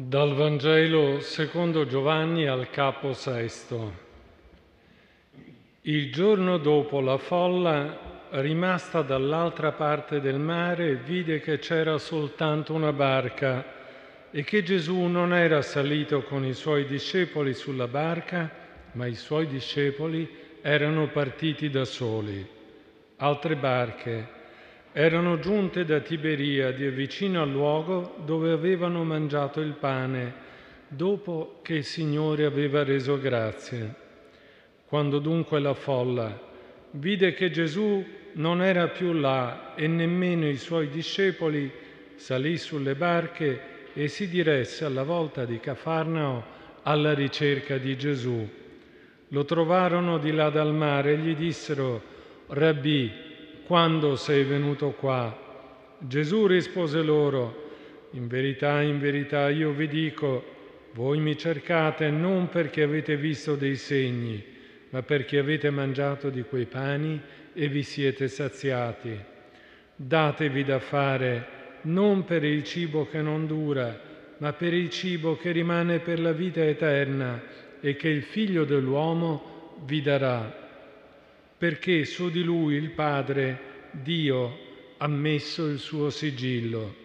Dal Vangelo secondo Giovanni al capo sesto. Il giorno dopo la folla, rimasta dall'altra parte del mare, vide che c'era soltanto una barca e che Gesù non era salito con i suoi discepoli sulla barca, ma i suoi discepoli erano partiti da soli. Altre barche erano giunte da Tiberiade, vicino al luogo dove avevano mangiato il pane, dopo che il Signore aveva reso grazie. Quando dunque la folla vide che Gesù non era più là e nemmeno i suoi discepoli, salì sulle barche e si diresse alla volta di Cafarnao alla ricerca di Gesù. Lo trovarono di là dal mare e gli dissero: «Rabbì, quando sei venuto qua?» Gesù rispose loro: in verità, io vi dico, voi mi cercate non perché avete visto dei segni, ma perché avete mangiato di quei pani e vi siete saziati. Datevi da fare non per il cibo che non dura, ma per il cibo che rimane per la vita eterna e che il Figlio dell'uomo vi darà. Perché su di lui il Padre, Dio, ha messo il suo sigillo.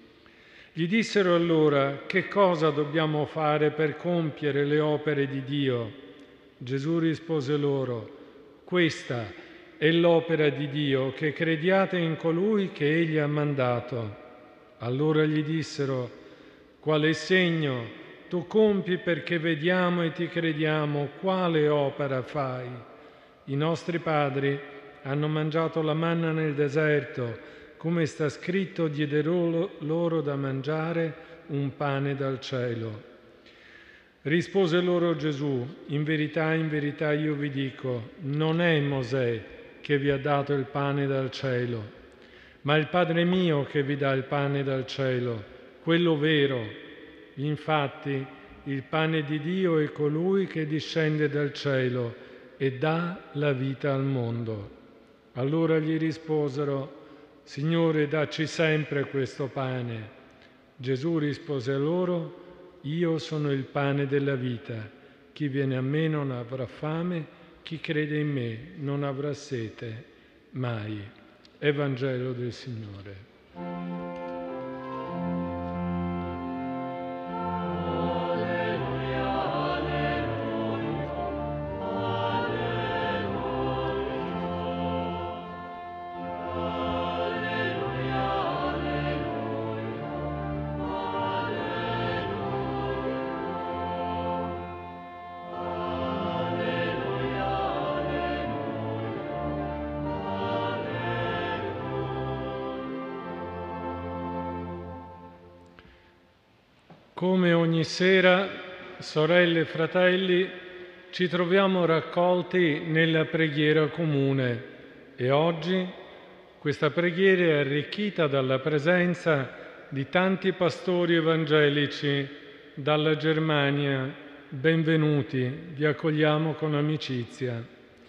Gli dissero allora: che cosa dobbiamo fare per compiere le opere di Dio? Gesù rispose loro: questa è l'opera di Dio, che crediate in colui che Egli ha mandato. Allora gli dissero: quale segno tu compi perché vediamo e ti crediamo? Quale opera fai? I nostri padri hanno mangiato la manna nel deserto, come sta scritto, diede loro da mangiare un pane dal cielo. Rispose loro Gesù: in verità io vi dico, non è Mosè che vi ha dato il pane dal cielo, ma il Padre mio che vi dà il pane dal cielo, quello vero. Infatti, il pane di Dio è colui che discende dal cielo e dà la vita al mondo. Allora gli risposero: Signore, dacci sempre questo pane. Gesù rispose loro: io sono il pane della vita. Chi viene a me non avrà fame, chi crede in me non avrà sete mai. Evangelo del Signore. Come ogni sera, sorelle e fratelli, ci troviamo raccolti nella preghiera comune e oggi questa preghiera è arricchita dalla presenza di tanti pastori evangelici dalla Germania. Benvenuti, vi accogliamo con amicizia.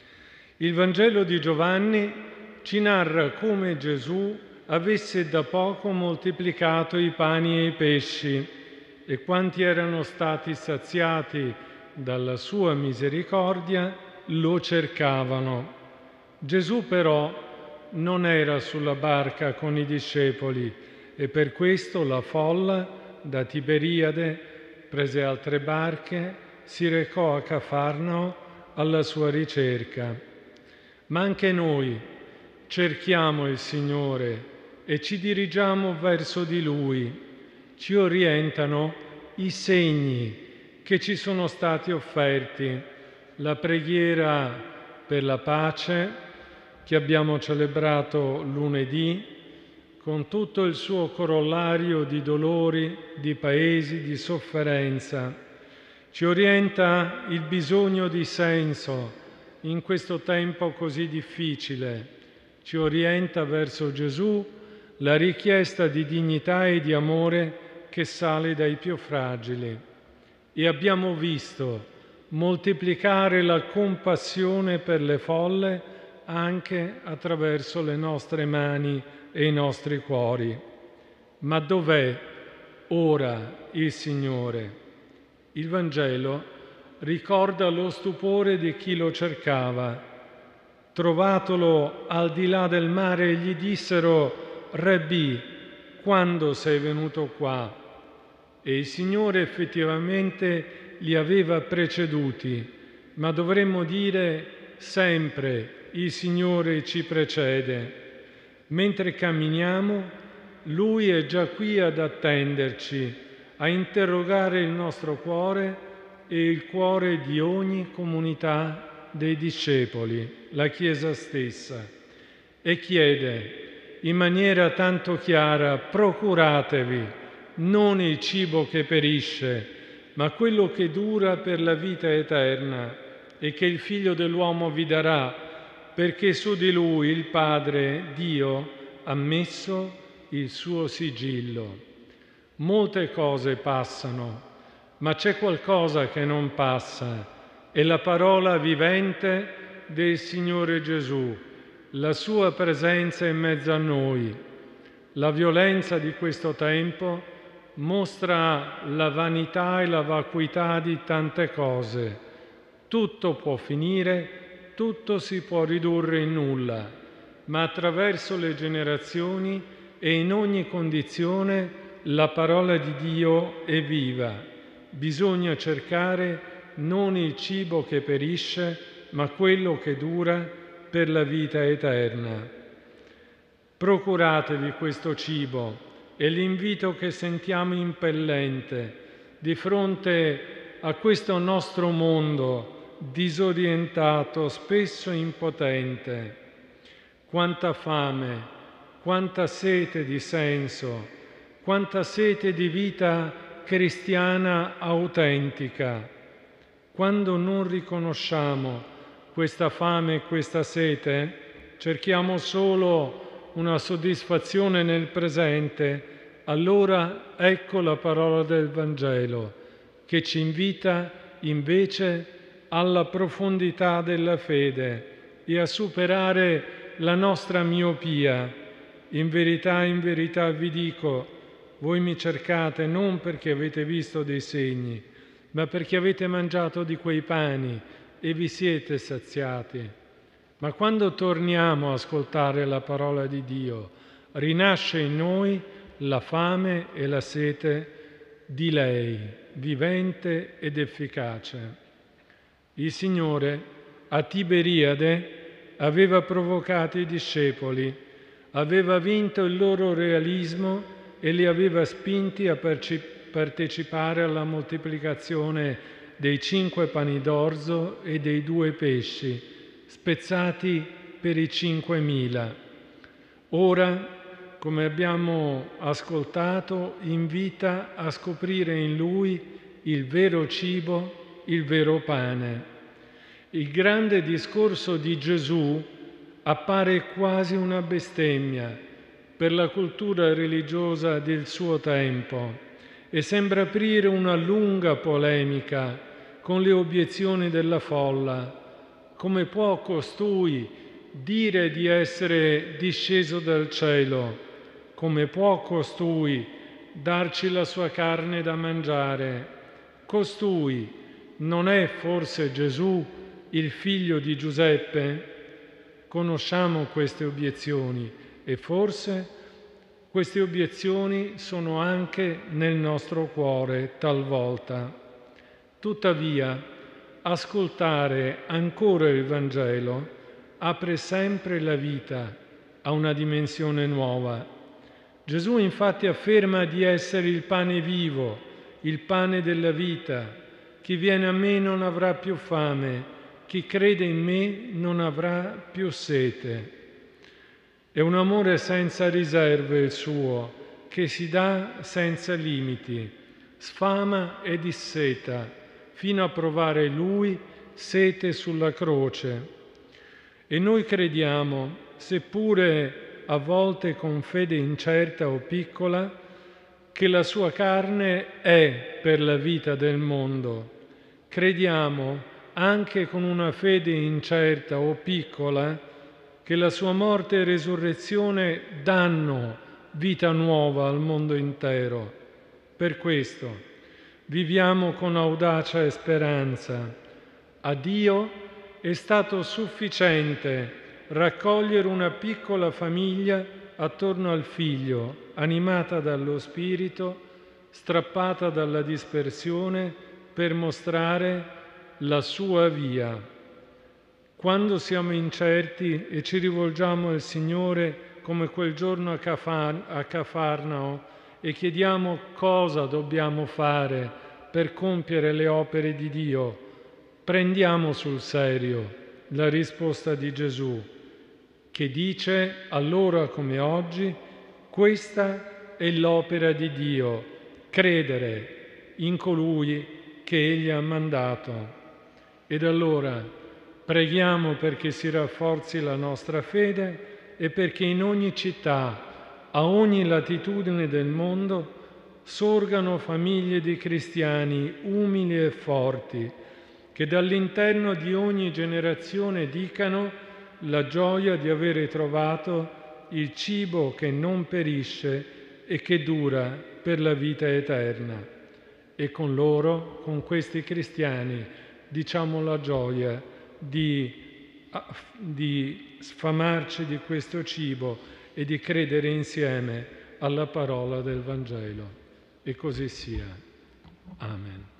Il Vangelo di Giovanni ci narra come Gesù avesse da poco moltiplicato i pani e i pesci e quanti erano stati saziati dalla sua misericordia lo cercavano. Gesù però non era sulla barca con i discepoli e per questo la folla da Tiberiade prese altre barche, si recò a Cafarnao alla sua ricerca. Ma anche noi cerchiamo il Signore e ci dirigiamo verso di Lui. Ci orientano i segni che ci sono stati offerti, la preghiera per la pace che abbiamo celebrato lunedì, con tutto il suo corollario di dolori, di paesi, di sofferenza. Ci orienta il bisogno di senso in questo tempo così difficile. Ci orienta verso Gesù la richiesta di dignità e di amore che sale dai più fragili, e abbiamo visto moltiplicare la compassione per le folle anche attraverso le nostre mani e i nostri cuori. Ma dov'è ora il Signore. Il Vangelo ricorda lo stupore di chi lo cercava. Trovatolo al di là del mare, gli dissero: Rabbì, quando sei venuto qua? E il Signore effettivamente li aveva preceduti, ma dovremmo dire sempre: il Signore ci precede. Mentre camminiamo, Lui è già qui ad attenderci, a interrogare il nostro cuore e il cuore di ogni comunità dei discepoli, la Chiesa stessa, e chiede in maniera tanto chiara: procuratevi non il cibo che perisce, ma quello che dura per la vita eterna e che il Figlio dell'uomo vi darà, perché su di Lui il Padre, Dio, ha messo il suo sigillo. Molte cose passano, ma c'è qualcosa che non passa, è la parola vivente del Signore Gesù, la sua presenza in mezzo a noi. La violenza di questo tempo mostra la vanità e la vacuità di tante cose. Tutto può finire, tutto si può ridurre in nulla, ma attraverso le generazioni e in ogni condizione la parola di Dio è viva. Bisogna cercare non il cibo che perisce, ma quello che dura per la vita eterna. Procuratevi questo cibo, è l'invito che sentiamo impellente di fronte a questo nostro mondo disorientato, spesso impotente. Quanta fame, quanta sete di senso, quanta sete di vita cristiana autentica. Quando non riconosciamo questa fame e questa sete, cerchiamo solo una soddisfazione nel presente, allora ecco la parola del Vangelo, che ci invita invece alla profondità della fede e a superare la nostra miopia. In verità vi dico, voi mi cercate non perché avete visto dei segni, ma perché avete mangiato di quei pani e vi siete saziati. Ma quando torniamo a ascoltare la parola di Dio, rinasce in noi la fame e la sete di lei, vivente ed efficace. Il Signore a Tiberiade aveva provocato i discepoli, aveva vinto il loro realismo e li aveva spinti a partecipare alla moltiplicazione dei 5 pani d'orzo e dei 2 pesci, spezzati per i 5.000. Ora, come abbiamo ascoltato, invita a scoprire in Lui il vero cibo, il vero pane. Il grande discorso di Gesù appare quasi una bestemmia per la cultura religiosa del suo tempo e sembra aprire una lunga polemica con le obiezioni della folla. Come può costui dire di essere disceso dal cielo? Come può costui darci la sua carne da mangiare? Costui non è forse Gesù, il figlio di Giuseppe? Conosciamo queste obiezioni e forse queste obiezioni sono anche nel nostro cuore talvolta. Tuttavia, ascoltare ancora il Vangelo apre sempre la vita a una dimensione nuova. Gesù infatti afferma di essere il pane vivo, il pane della vita. Chi viene a me non avrà più fame, chi crede in me non avrà più sete. È un amore senza riserve il suo, che si dà senza limiti, sfama e disseta, fino a provare Lui sete sulla croce. E noi crediamo, seppure a volte con fede incerta o piccola, che la sua carne è per la vita del mondo. Crediamo, anche con una fede incerta o piccola, che la sua morte e resurrezione danno vita nuova al mondo intero. Per questo viviamo con audacia e speranza. A Dio è stato sufficiente raccogliere una piccola famiglia attorno al Figlio, animata dallo Spirito, strappata dalla dispersione per mostrare la sua via. Quando siamo incerti e ci rivolgiamo al Signore come quel giorno a Cafarnao e chiediamo cosa dobbiamo fare per compiere le opere di Dio, prendiamo sul serio la risposta di Gesù, che dice, allora come oggi, questa è l'opera di Dio, credere in colui che Egli ha mandato. Ed allora preghiamo perché si rafforzi la nostra fede e perché in ogni città, a ogni latitudine del mondo, sorgano famiglie di cristiani umili e forti, che dall'interno di ogni generazione dicano la gioia di avere trovato il cibo che non perisce e che dura per la vita eterna. E con loro, con questi cristiani, diciamo la gioia di sfamarci di questo cibo e di credere insieme alla parola del Vangelo. E così sia. Amen.